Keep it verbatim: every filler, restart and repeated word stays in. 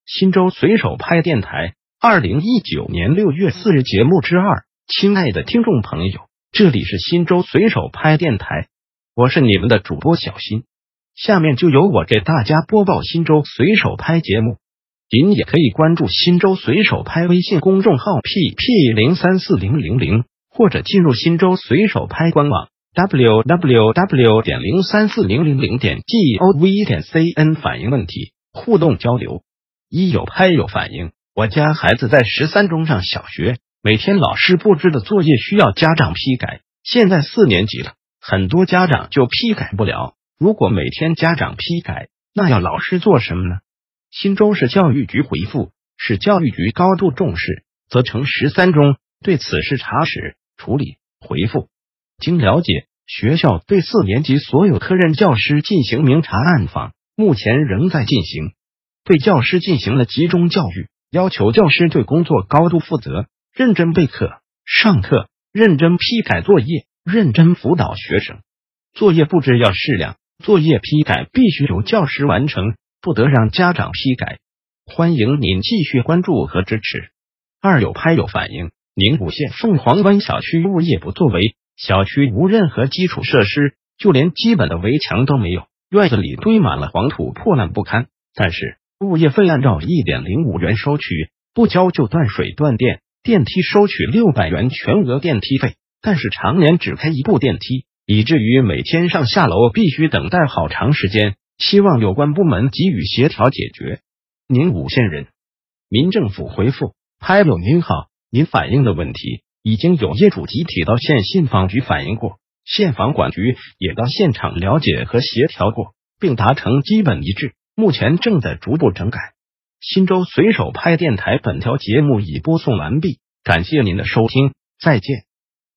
新州随手拍电台二零一九年六月四日节目之二。亲爱的听众朋友，这里是新州随手拍电台，我是你们的主播小新。下面就由我给大家播报新州随手拍节目。您也可以关注新州随手拍微信公众号 P P 零三四零零零，或者进入新州随手拍官网 w w w 点零三四零零零点 g o v 点 c n 反映问题，互动交流。一有拍有反应。我家孩子在十三中上小学，每天老师布置的作业需要家长批改，现在四年级了，很多家长就批改不了。如果每天家长批改，那要老师做什么呢？新州市教育局回复，市教育局高度重视，责成十三中对此事查实处理。回复，经了解，学校对四年级所有科任教师进行明察暗访，目前仍在进行，对教师进行了集中教育，要求教师对工作高度负责，认真备课、上课，认真批改作业，认真辅导学生。作业布置要适量，作业批改必须由教师完成，不得让家长批改。欢迎您继续关注和支持。二有拍有反应，宁武县凤凰湾小区物业不作为，小区无任何基础设施，就连基本的围墙都没有，院子里堆满了黄土，破烂不堪。但是物业费按照 一点零五元收取，不交就断水断电，电梯收取六百元全额电梯费，但是常年只开一部电梯，以至于每天上下楼必须等待好长时间，希望有关部门给予协调解决。宁武县人民政府回复，拍友您好，您反映的问题已经有业主集体到县信访局反映过，县房管局也到现场了解和协调过，并达成基本一致，目前正在逐步整改。新州随手拍电台本条节目已播送完毕，感谢您的收听，再见。